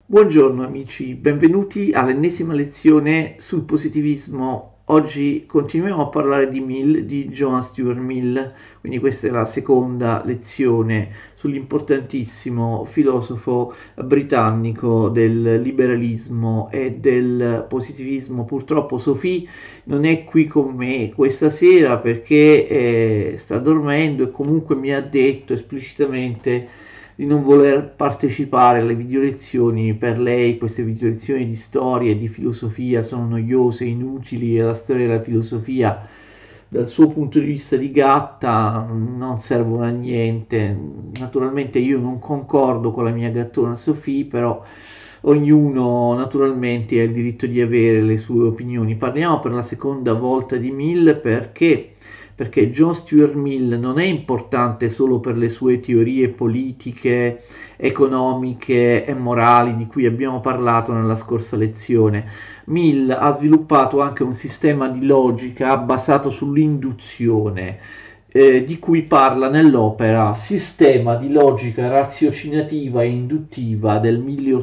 Buongiorno amici, benvenuti all'ennesima lezione sul positivismo. Oggi continuiamo a parlare di Mill, di John Stuart Mill, quindi questa è la seconda lezione sull'importantissimo filosofo britannico del liberalismo e del positivismo. Purtroppo Sophie non è qui con me questa sera perché sta dormendo e comunque mi ha detto esplicitamente di non voler partecipare alle video lezioni. Per lei queste video lezioni di storia e di filosofia sono noiose, inutili, e la storia della filosofia dal suo punto di vista di gatta non servono a niente. Naturalmente io non concordo con la mia gattona Sophie, però ognuno naturalmente ha il diritto di avere le sue opinioni. Parliamo per la seconda volta di Mill perché John Stuart Mill non è importante solo per le sue teorie politiche, economiche e morali di cui abbiamo parlato nella scorsa lezione. Mill ha sviluppato anche un sistema di logica basato sull'induzione, di cui parla nell'opera Sistema di logica raziocinativa e induttiva del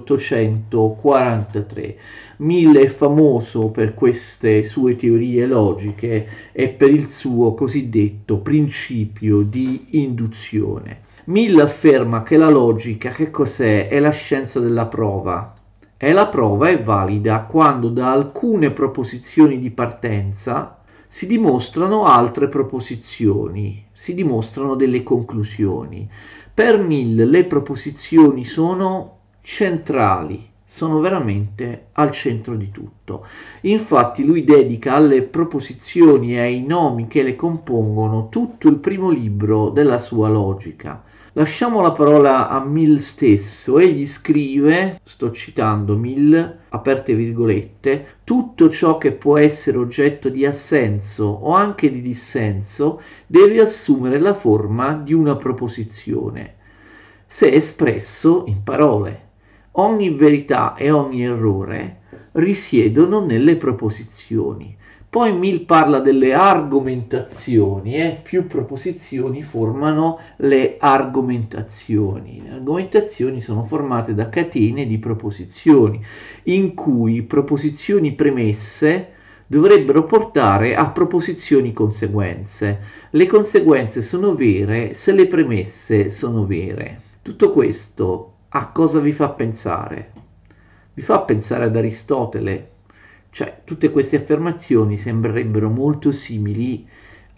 1843. Mill è famoso per queste sue teorie logiche e per il suo cosiddetto principio di induzione. Mill afferma che la logica che cos'è? È la scienza della prova. E la prova è valida quando da alcune proposizioni di partenza si dimostrano altre proposizioni, si dimostrano delle conclusioni. Per Mill le proposizioni sono centrali, sono veramente al centro di tutto. Infatti lui dedica alle proposizioni e ai nomi che le compongono tutto il primo libro della sua logica. Lasciamo la parola a Mill stesso. Egli scrive, sto citando Mill, aperte virgolette, tutto ciò che può essere oggetto di assenso o anche di dissenso deve assumere la forma di una proposizione, se espresso in parole. Ogni verità e ogni errore risiedono nelle proposizioni. Poi Mill parla delle argomentazioni, più proposizioni formano le argomentazioni. Le argomentazioni sono formate da catene di proposizioni, in cui proposizioni premesse dovrebbero portare a proposizioni conseguenze. Le conseguenze sono vere se le premesse sono vere. Tutto questo a cosa vi fa pensare? Vi fa pensare ad Aristotele? Cioè, tutte queste affermazioni sembrerebbero molto simili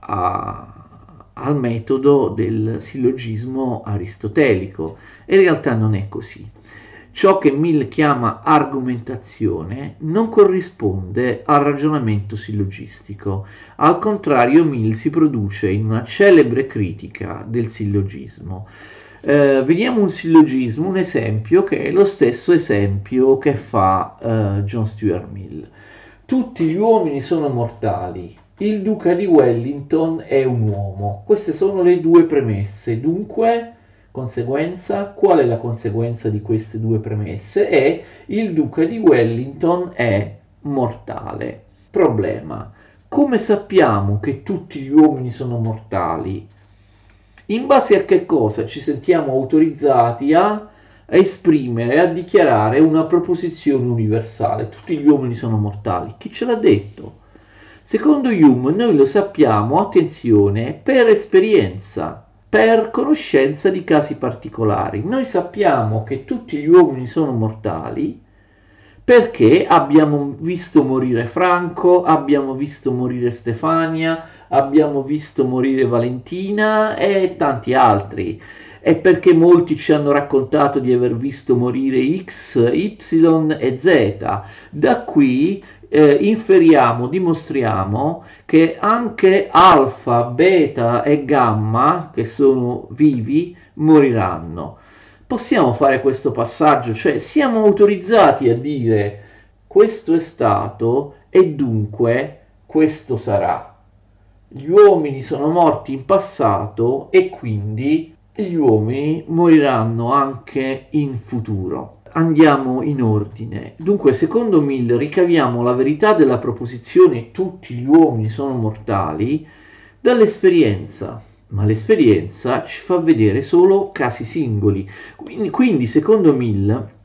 al metodo del sillogismo aristotelico, e in realtà non è così. Ciò che Mill chiama argomentazione non corrisponde al ragionamento sillogistico. Al contrario, Mill si produce in una celebre critica del sillogismo. Vediamo un sillogismo, un esempio che è lo stesso esempio che fa John Stuart Mill. Tutti gli uomini sono mortali. Il duca di Wellington è un uomo. Queste sono le due premesse. Dunque, conseguenza, qual è la conseguenza di queste due premesse? È il duca di Wellington è mortale. Problema. Come sappiamo che tutti gli uomini sono mortali? In base a che cosa ci sentiamo autorizzati a esprimere, a dichiarare una proposizione universale? Tutti gli uomini sono mortali. Chi ce l'ha detto? Secondo Hume noi lo sappiamo, attenzione, per esperienza, per conoscenza di casi particolari. Noi sappiamo che tutti gli uomini sono mortali perché abbiamo visto morire Franco, abbiamo visto morire Stefania, abbiamo visto morire Valentina e tanti altri. E perché molti ci hanno raccontato di aver visto morire X, Y e Z. Da qui inferiamo, dimostriamo che anche alfa, beta e gamma, che sono vivi, moriranno. Possiamo fare questo passaggio, cioè siamo autorizzati a dire questo è stato e dunque questo sarà. Gli uomini sono morti in passato e quindi gli uomini moriranno anche in futuro. Andiamo in ordine. Dunque, secondo Mill, ricaviamo la verità della proposizione tutti gli uomini sono mortali dall'esperienza, ma l'esperienza ci fa vedere solo casi singoli. Quindi secondo Mill,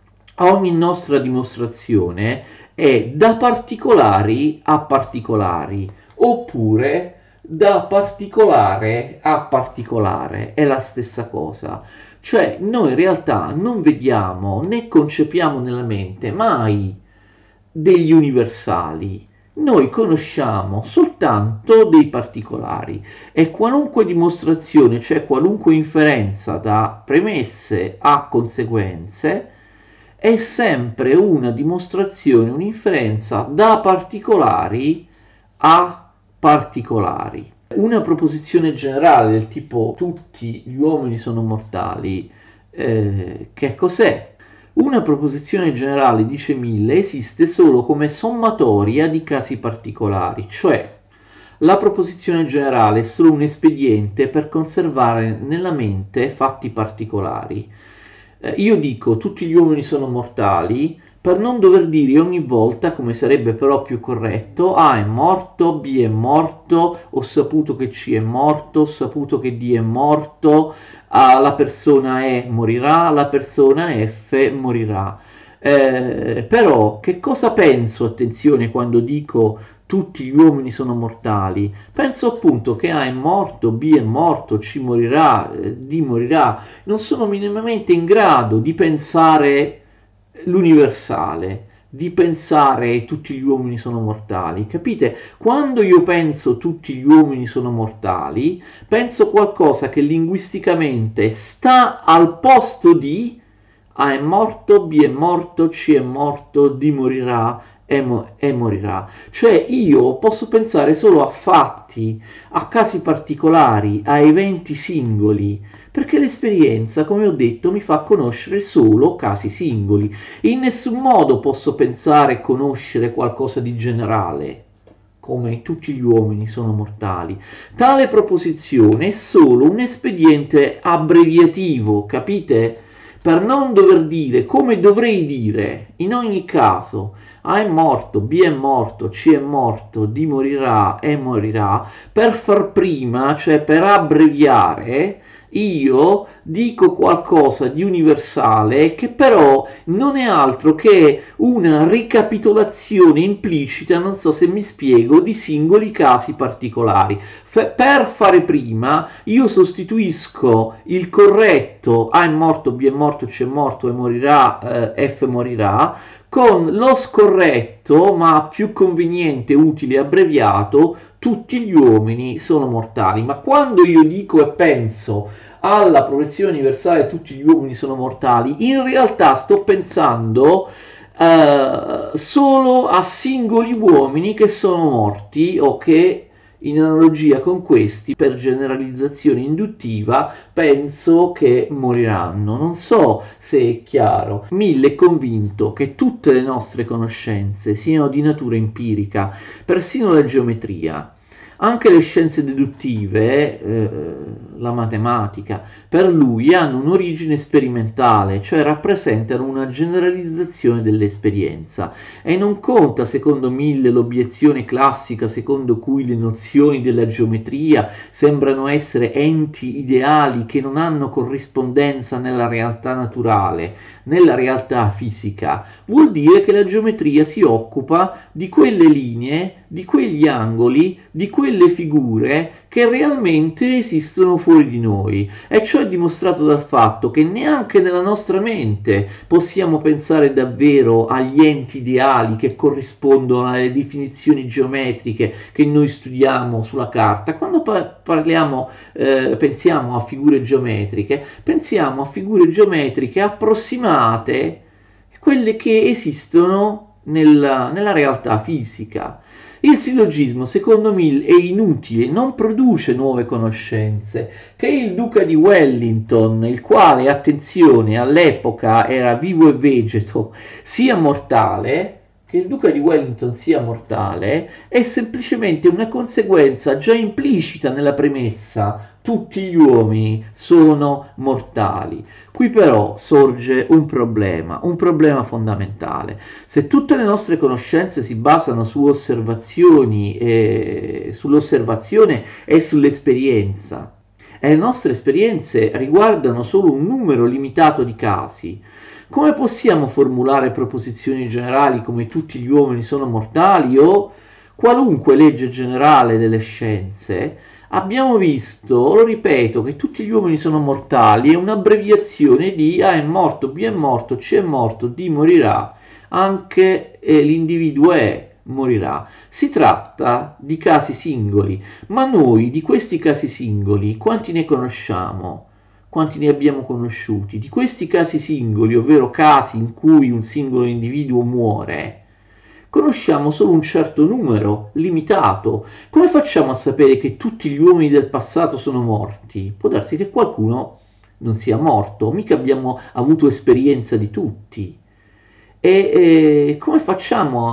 ogni nostra dimostrazione è da particolari a particolari, oppure da particolare a particolare, è la stessa cosa. Cioè noi in realtà non vediamo né concepiamo nella mente mai degli universali, noi conosciamo soltanto dei particolari e qualunque dimostrazione, cioè qualunque inferenza da premesse a conseguenze, è sempre una dimostrazione, un'inferenza da particolari a particolari. Una proposizione generale del tipo tutti gli uomini sono mortali, che cos'è? Una proposizione generale, dice Mill, esiste solo come sommatoria di casi particolari, cioè la proposizione generale è solo un espediente per conservare nella mente fatti particolari. Io dico tutti gli uomini sono mortali per non dover dire ogni volta, come sarebbe però più corretto, A è morto, B è morto, ho saputo che C è morto, ho saputo che D è morto, la persona E morirà, la persona F morirà. Però che cosa penso, attenzione, quando dico tutti gli uomini sono mortali? Penso appunto che A è morto, B è morto, C morirà, D morirà. Non sono minimamente in grado di pensare l'universale, di pensare tutti gli uomini sono mortali. Capite? Quando io penso tutti gli uomini sono mortali, penso qualcosa che linguisticamente sta al posto di A è morto, B è morto, C è morto, D morirà e morirà. Cioè io posso pensare solo a fatti, a casi particolari, a eventi singoli, perché l'esperienza, come ho detto, mi fa conoscere solo casi singoli. In nessun modo posso pensare e conoscere qualcosa di generale, come tutti gli uomini sono mortali. Tale proposizione è solo un espediente abbreviativo, capite? Per non dover dire come dovrei dire in ogni caso A è morto, B è morto, C è morto, D morirà, E morirà, per far prima, cioè per abbreviare, io dico qualcosa di universale che però non è altro che una ricapitolazione implicita, non so se mi spiego, di singoli casi particolari. Per fare prima io sostituisco il corretto A è morto, B è morto, C è morto, E morirà, F morirà, con lo scorretto ma più conveniente, utile e abbreviato tutti gli uomini sono mortali. Ma quando io dico e penso alla progressione universale tutti gli uomini sono mortali, in realtà sto pensando solo a singoli uomini che sono morti o che in analogia con questi, per generalizzazione induttiva, penso che moriranno. Non so se è chiaro. Mill è convinto che tutte le nostre conoscenze siano di natura empirica, persino la geometria. Anche le scienze deduttive, la matematica, per lui hanno un'origine sperimentale, cioè rappresentano una generalizzazione dell'esperienza, e non conta, secondo Mill, l'obiezione classica secondo cui le nozioni della geometria sembrano essere enti ideali che non hanno corrispondenza nella realtà naturale, nella realtà fisica. Vuol dire che la geometria si occupa di quelle linee, di quegli angoli, di quelle figure che realmente esistono fuori di noi, e ciò è dimostrato dal fatto che neanche nella nostra mente possiamo pensare davvero agli enti ideali che corrispondono alle definizioni geometriche che noi studiamo sulla carta. Quando pensiamo a figure geometriche approssimate, quelle che esistono nella realtà fisica. Il sillogismo, secondo Mill, è inutile, non produce nuove conoscenze, che il duca di Wellington, il quale, attenzione, all'epoca era vivo e vegeto, sia mortale, che il duca di Wellington sia mortale, è semplicemente una conseguenza già implicita nella premessa: tutti gli uomini sono mortali. Qui però sorge un problema fondamentale. Se tutte le nostre conoscenze si basano su osservazioni, sull'osservazione e sull'esperienza, e le nostre esperienze riguardano solo un numero limitato di casi, Come possiamo formulare proposizioni generali come tutti gli uomini sono mortali o qualunque legge generale delle scienze? Abbiamo visto, lo ripeto, che tutti gli uomini sono mortali è un'abbreviazione di A è morto, B è morto, C è morto, D morirà, anche l'individuo morirà. Si tratta di casi singoli, ma noi di questi casi singoli quanti ne conosciamo? Quanti ne abbiamo conosciuti? Di questi casi singoli, ovvero casi in cui un singolo individuo muore, conosciamo solo un certo numero, limitato. Come facciamo a sapere che tutti gli uomini del passato sono morti? Può darsi che qualcuno non sia morto, mica abbiamo avuto esperienza di tutti. E come facciamo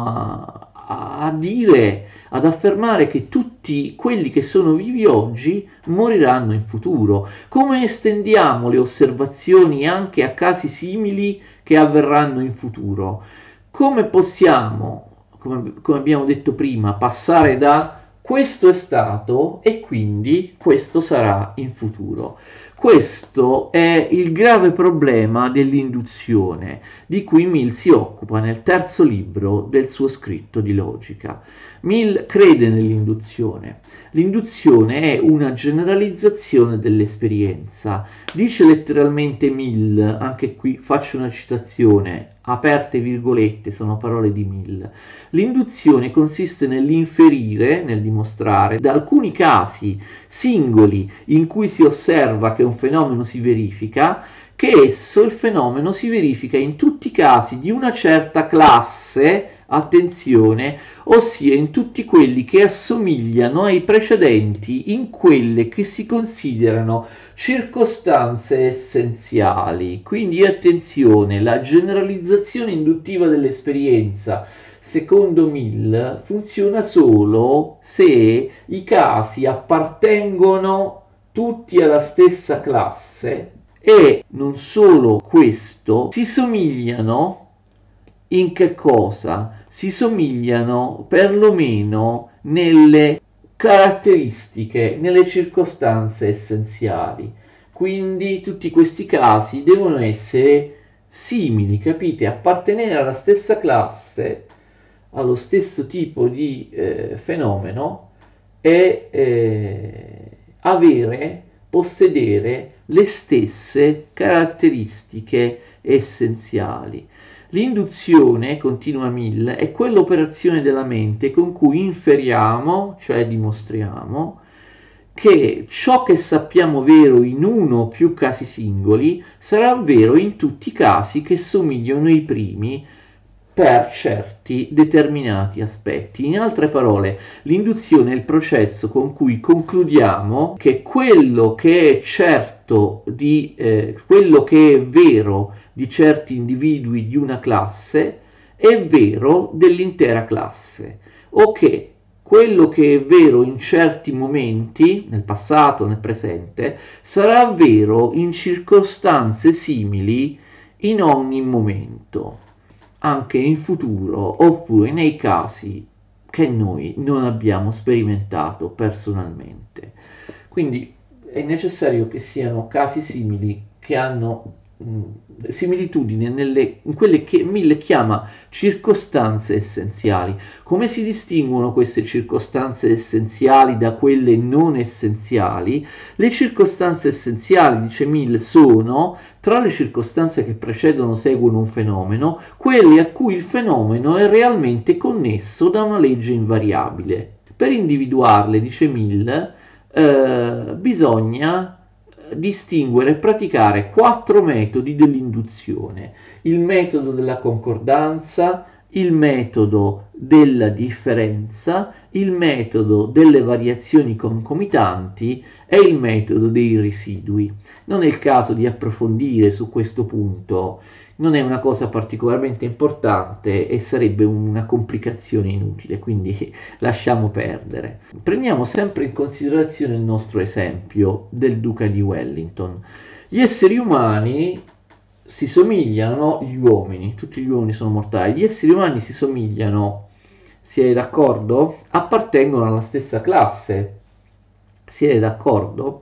a dire, ad affermare che tutti quelli che sono vivi oggi moriranno in futuro? Come estendiamo le osservazioni anche a casi simili che avverranno in futuro? Come possiamo, come abbiamo detto prima, passare da questo è stato e quindi questo sarà in futuro? Questo è il grave problema dell'induzione, di cui Mill si occupa nel terzo libro del suo scritto di logica. Mill crede nell'induzione. L'induzione è una generalizzazione dell'esperienza. Dice letteralmente Mill, anche qui faccio una citazione, aperte virgolette, sono parole di Mill. L'induzione consiste nell'inferire, nel dimostrare, da alcuni casi singoli in cui si osserva che un fenomeno si verifica, che esso, il fenomeno, si verifica in tutti i casi di una certa classe, attenzione, ossia in tutti quelli che assomigliano ai precedenti in quelle che si considerano circostanze essenziali. Quindi attenzione, la generalizzazione induttiva dell'esperienza secondo Mill funziona solo se i casi appartengono tutti alla stessa classe e non solo questo, si somigliano in che cosa? Si somigliano perlomeno nelle caratteristiche, nelle circostanze essenziali. Quindi tutti questi casi devono essere simili, capite? Appartenere alla stessa classe, allo stesso tipo di fenomeno e possedere le stesse caratteristiche essenziali. L'induzione, continua Mill, è quell'operazione della mente con cui inferiamo, cioè dimostriamo, che ciò che sappiamo vero in uno o più casi singoli sarà vero in tutti i casi che somigliano ai primi per certi determinati aspetti. In altre parole, l'induzione è il processo con cui concludiamo che quello che è certo quello che è vero di certi individui di una classe è vero dell'intera classe, o che quello che è vero in certi momenti, nel passato, nel presente, sarà vero in circostanze simili in ogni momento, anche in futuro, oppure nei casi che noi non abbiamo sperimentato personalmente. Quindi è necessario che siano casi simili che hanno similitudine in quelle che Mill chiama circostanze essenziali. Come si distinguono queste circostanze essenziali da quelle non essenziali? Le circostanze essenziali, dice Mill, sono, tra le circostanze che precedono o seguono un fenomeno, quelle a cui il fenomeno è realmente connesso da una legge invariabile. Per individuarle, dice Mill, bisogna distinguere e praticare 4 metodi dell'induzione: il metodo della concordanza, il metodo della differenza, il metodo delle variazioni concomitanti e il metodo dei residui. Non è il caso di approfondire su questo punto, non è una cosa particolarmente importante e sarebbe una complicazione inutile, quindi lasciamo perdere. Prendiamo sempre in considerazione il nostro esempio del duca di Wellington. Gli esseri umani si somigliano, gli uomini, tutti gli uomini sono mortali, gli esseri umani si somigliano, siete d'accordo? Appartengono alla stessa classe, siete d'accordo?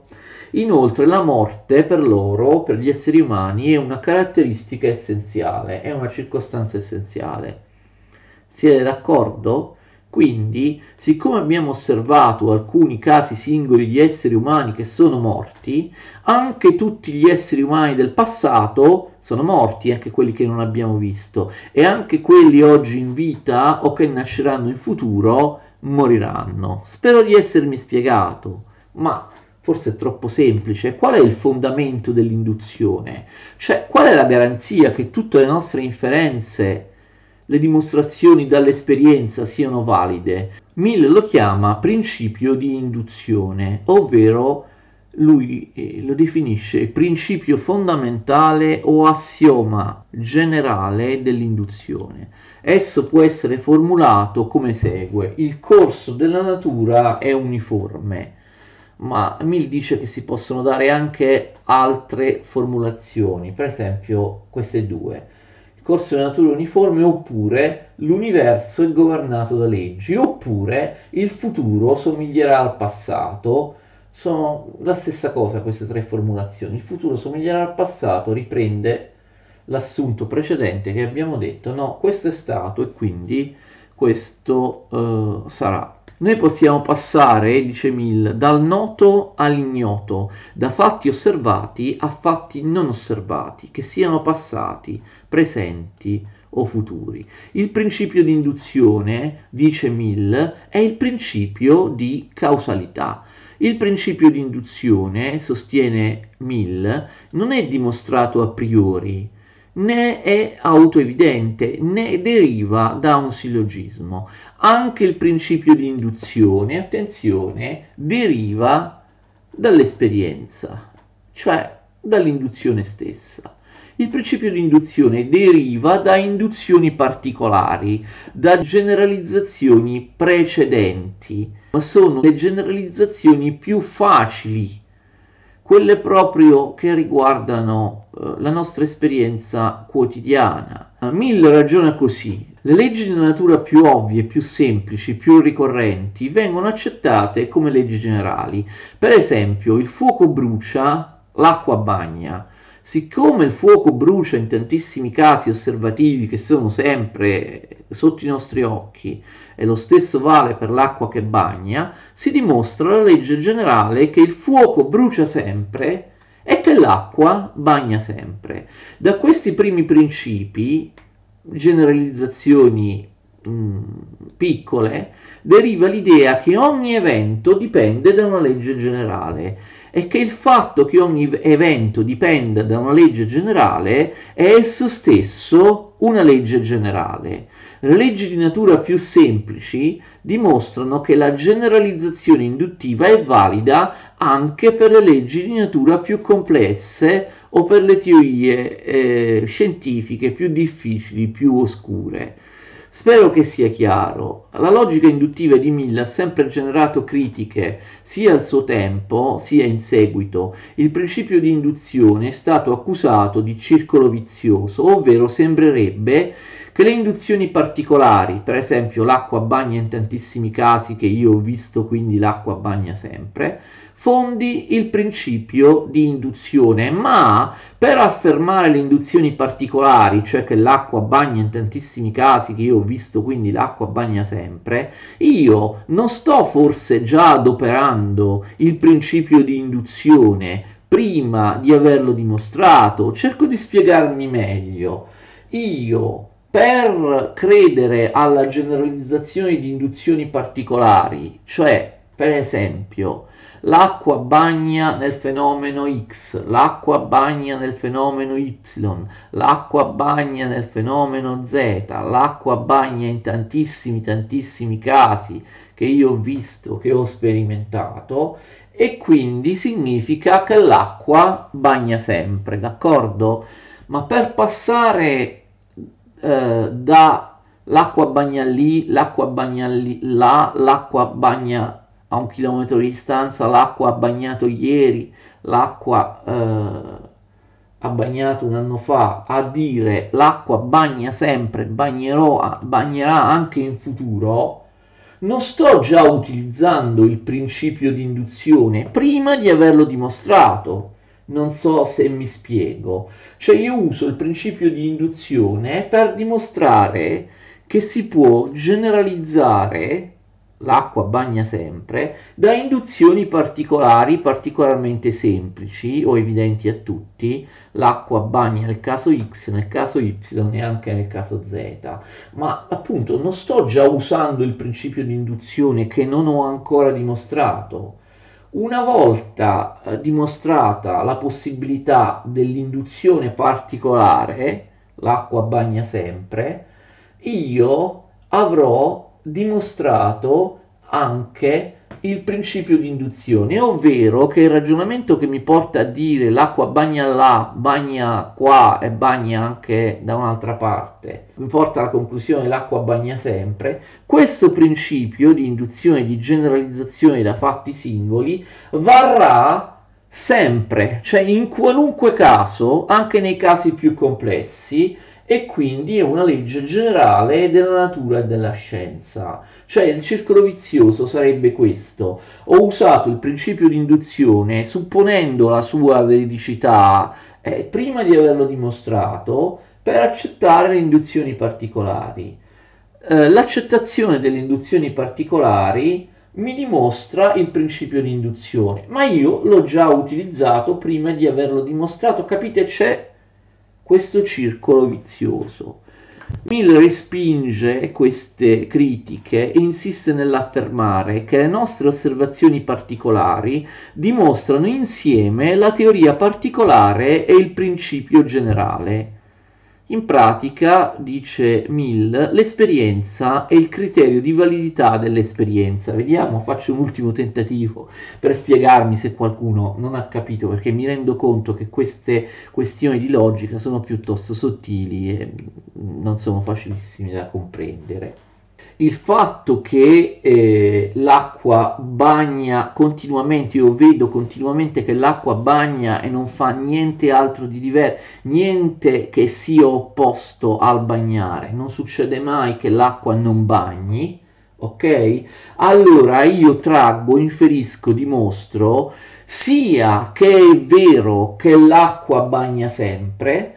Inoltre la morte per loro, per gli esseri umani, è una caratteristica essenziale, è una circostanza essenziale. Siete d'accordo? Quindi, siccome abbiamo osservato alcuni casi singoli di esseri umani che sono morti, anche tutti gli esseri umani del passato sono morti, anche quelli che non abbiamo visto, e anche quelli oggi in vita o che nasceranno in futuro moriranno. Spero di essermi spiegato, ma forse è troppo semplice. Qual è il fondamento dell'induzione? Cioè, qual è la garanzia che tutte le nostre inferenze, le dimostrazioni dall'esperienza siano valide? Mill lo chiama principio di induzione, ovvero lui lo definisce principio fondamentale o assioma generale dell'induzione. Esso può essere formulato come segue: il corso della natura è uniforme, ma Mill dice che si possono dare anche altre formulazioni, per esempio queste due: il corso della natura è uniforme, oppure l'universo è governato da leggi, oppure il futuro somiglierà al passato. Sono la stessa cosa queste tre formulazioni. Il futuro somiglierà al passato riprende l'assunto precedente che abbiamo detto: no, questo è stato e quindi questo sarà. Noi possiamo passare, dice Mill, dal noto all'ignoto, da fatti osservati a fatti non osservati, che siano passati, presenti o futuri. Il principio di induzione, dice Mill, è il principio di causalità. Il principio di induzione, sostiene Mill, non è dimostrato a priori, né è autoevidente, né deriva da un sillogismo. Anche il principio di induzione, attenzione, deriva dall'esperienza, cioè dall'induzione stessa. Il principio di induzione deriva da induzioni particolari, da generalizzazioni precedenti, ma sono le generalizzazioni più facili, quelle proprio che riguardano la nostra esperienza quotidiana. Mill ragiona così: le leggi della natura più ovvie, più semplici, più ricorrenti vengono accettate come leggi generali. Per esempio, il fuoco brucia, l'acqua bagna. Siccome il fuoco brucia in tantissimi casi osservativi che sono sempre sotto i nostri occhi, e lo stesso vale per l'acqua che bagna, si dimostra la legge generale che il fuoco brucia sempre e che l'acqua bagna sempre. Da questi primi principi, generalizzazioni piccole, deriva l'idea che ogni evento dipende da una legge generale e che il fatto che ogni evento dipenda da una legge generale è esso stesso una legge generale. Le leggi di natura più semplici dimostrano che la generalizzazione induttiva è valida anche per le leggi di natura più complesse o per le teorie scientifiche più difficili, più oscure. Spero che sia chiaro. La logica induttiva di Mill ha sempre generato critiche sia al suo tempo sia in seguito. Il principio di induzione è stato accusato di circolo vizioso, ovvero sembrerebbe che le induzioni particolari, per esempio l'acqua bagna in tantissimi casi che io ho visto, quindi l'acqua bagna sempre, fondi il principio di induzione, ma per affermare le induzioni particolari, cioè che l'acqua bagna in tantissimi casi che io ho visto, quindi l'acqua bagna sempre, io non sto forse già adoperando il principio di induzione prima di averlo dimostrato? Cerco di spiegarmi meglio. Io, per credere alla generalizzazione di induzioni particolari, cioè per esempio l'acqua bagna nel fenomeno X, l'acqua bagna nel fenomeno Y, l'acqua bagna nel fenomeno Z, l'acqua bagna in tantissimi casi che io ho visto, che ho sperimentato, e quindi significa che l'acqua bagna sempre, d'accordo? Ma per passare da l'acqua bagna lì, l'acqua bagna lì, là, l'acqua bagna a 1 chilometro di distanza, l'acqua ha bagnato ieri, l'acqua ha bagnato un anno fa, a dire l'acqua bagna sempre, bagnerà anche in futuro, non sto già utilizzando il principio di induzione prima di averlo dimostrato. Non so se mi spiego. Cioè io uso il principio di induzione per dimostrare che si può generalizzare l'acqua bagna sempre da induzioni particolari, particolarmente semplici o evidenti a tutti. L'acqua bagna nel caso X, nel caso Y e anche nel caso Z. Ma appunto non sto già usando il principio di induzione che non ho ancora dimostrato. Una volta dimostrata la possibilità dell'induzione particolare, l'acqua bagna sempre, io avrò dimostrato anche il principio di induzione, ovvero che il ragionamento che mi porta a dire l'acqua bagna là, bagna qua e bagna anche da un'altra parte, mi porta alla conclusione che l'acqua bagna sempre, questo principio di induzione, di generalizzazione da fatti singoli, varrà sempre, cioè in qualunque caso, anche nei casi più complessi, e quindi è una legge generale della natura e della scienza. Cioè il circolo vizioso sarebbe questo: ho usato il principio di induzione supponendo la sua veridicità prima di averlo dimostrato per accettare le induzioni particolari. L'accettazione delle induzioni particolari mi dimostra il principio di induzione, ma io l'ho già utilizzato prima di averlo dimostrato. Capite? C'è questo circolo vizioso. Mill respinge queste critiche e insiste nell'affermare che le nostre osservazioni particolari dimostrano insieme la teoria particolare e il principio generale. In pratica, dice Mill, l'esperienza è il criterio di validità dell'esperienza. Vediamo, faccio un ultimo tentativo per spiegarmi se qualcuno non ha capito, perché mi rendo conto che queste questioni di logica sono piuttosto sottili e non sono facilissime da comprendere. Il fatto che l'acqua bagna continuamente, io vedo continuamente che l'acqua bagna e non fa niente altro di diverso, niente che sia opposto al bagnare, non succede mai che l'acqua non bagni, ok? Allora io traggo, inferisco, dimostro sia che è vero che l'acqua bagna sempre,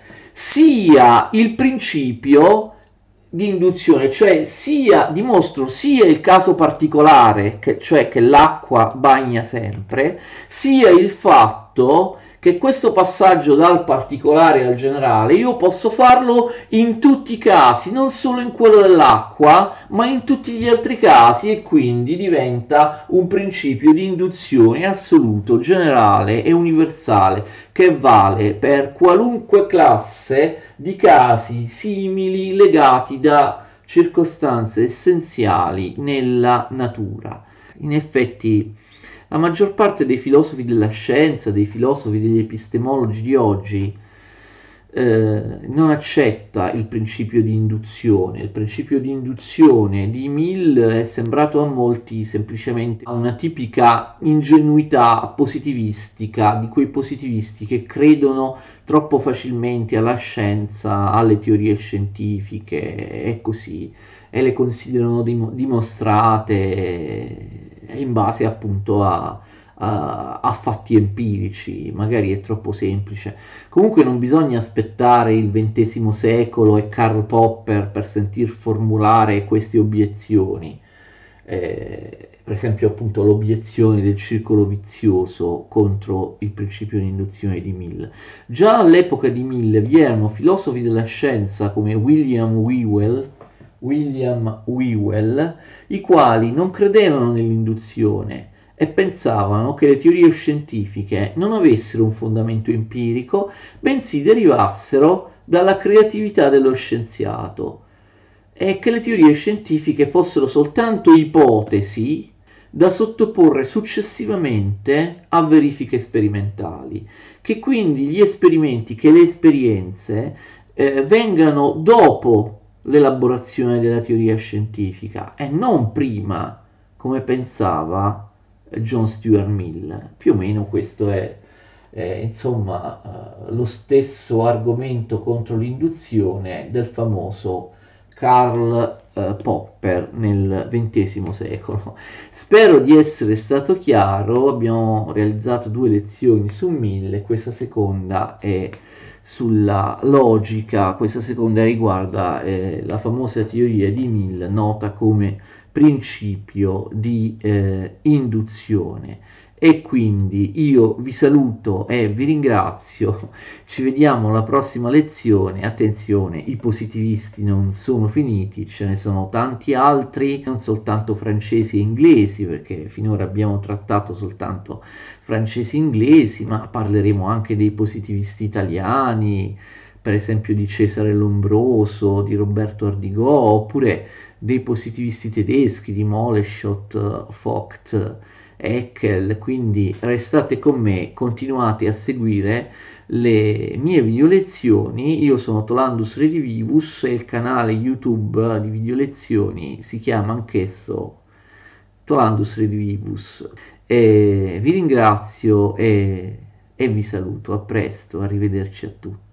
sia il principio di induzione, cioè sia dimostro sia il caso particolare, cioè che l'acqua bagna sempre, sia il fatto che questo passaggio dal particolare al generale io posso farlo in tutti i casi, non solo in quello dell'acqua, ma in tutti gli altri casi, e quindi diventa un principio di induzione assoluto, generale e universale che vale per qualunque classe di casi simili legati da circostanze essenziali nella natura. In effetti, la maggior parte dei filosofi della scienza, dei filosofi, degli epistemologi di oggi, non accetta il principio di induzione. Il principio di induzione di Mill è sembrato a molti semplicemente una tipica ingenuità positivistica, di quei positivisti che credono troppo facilmente alla scienza, alle teorie scientifiche e così, e le considerano dimostrate in base appunto a fatti empirici. Magari è troppo semplice. Comunque non bisogna aspettare il XX secolo e Karl Popper per sentir formulare queste obiezioni. Per esempio appunto l'obiezione del circolo vizioso contro il principio di induzione di Mill. Già all'epoca di Mill vi erano filosofi della scienza come William Whewell, i quali non credevano nell'induzione e pensavano che le teorie scientifiche non avessero un fondamento empirico, bensì derivassero dalla creatività dello scienziato, e che le teorie scientifiche fossero soltanto ipotesi da sottoporre successivamente a verifiche sperimentali, che quindi gli esperimenti, che le esperienze vengano dopo l'elaborazione della teoria scientifica e non prima, come pensava John Stuart Mill. Più o meno questo è insomma lo stesso argomento contro l'induzione del famoso Karl Popper nel XX secolo. Spero di essere stato chiaro. Abbiamo realizzato 2 lezioni su Mill, questa seconda è sulla logica, questa seconda riguarda la famosa teoria di Mill nota come principio di induzione. E quindi io vi saluto e vi ringrazio, ci vediamo alla prossima lezione. Attenzione, i positivisti non sono finiti, ce ne sono tanti altri, non soltanto francesi e inglesi, perché finora abbiamo trattato soltanto francesi e inglesi, ma parleremo anche dei positivisti italiani, per esempio di Cesare Lombroso, di Roberto Ardigò, oppure dei positivisti tedeschi, di Moleschott, Vogt, Haeckel. Quindi restate con me, continuate a seguire le mie video lezioni. Io sono Tolandus Redivivus e il canale YouTube di video lezioni si chiama anch'esso Tolandus Redivivus. Vi ringrazio e vi saluto. A presto, arrivederci a tutti.